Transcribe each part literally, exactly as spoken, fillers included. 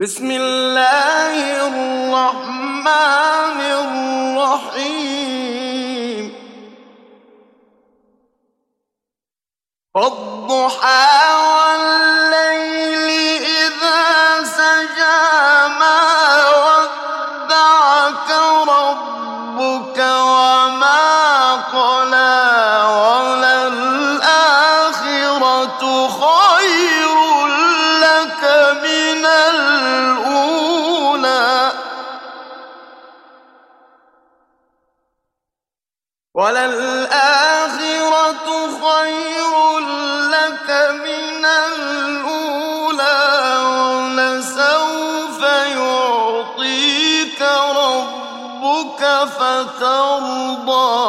بسم الله الرحمن الرحيم والضحى والليل إذا سجى ما ودعك ربك وما قلى وللآخرة خير لك من الأولى وللآخرة خير لك من الأولى ولسوف يعطيك ربك فترضى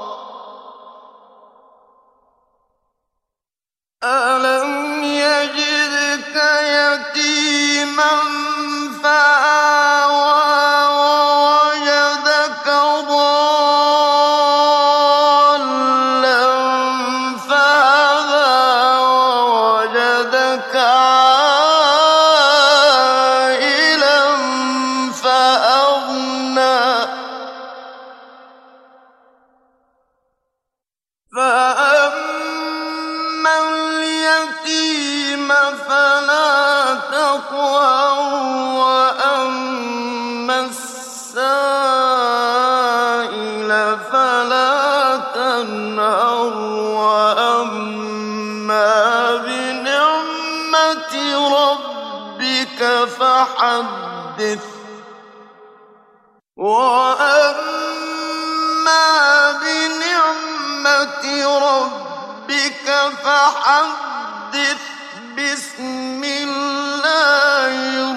ألم يجدك يتيما فآوى ووجدك ضالا فهدى ووجدك عائلا فأغنى فأما اليتيم فلا تقهر وأما السائل فلا تنهر وأما بنعمة ربك فحدث وأما بنعمة ربك فحدث بسم الله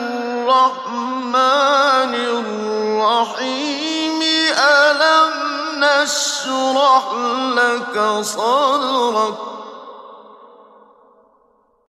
الرحمن الرحيم ألم نشرح لك صدرك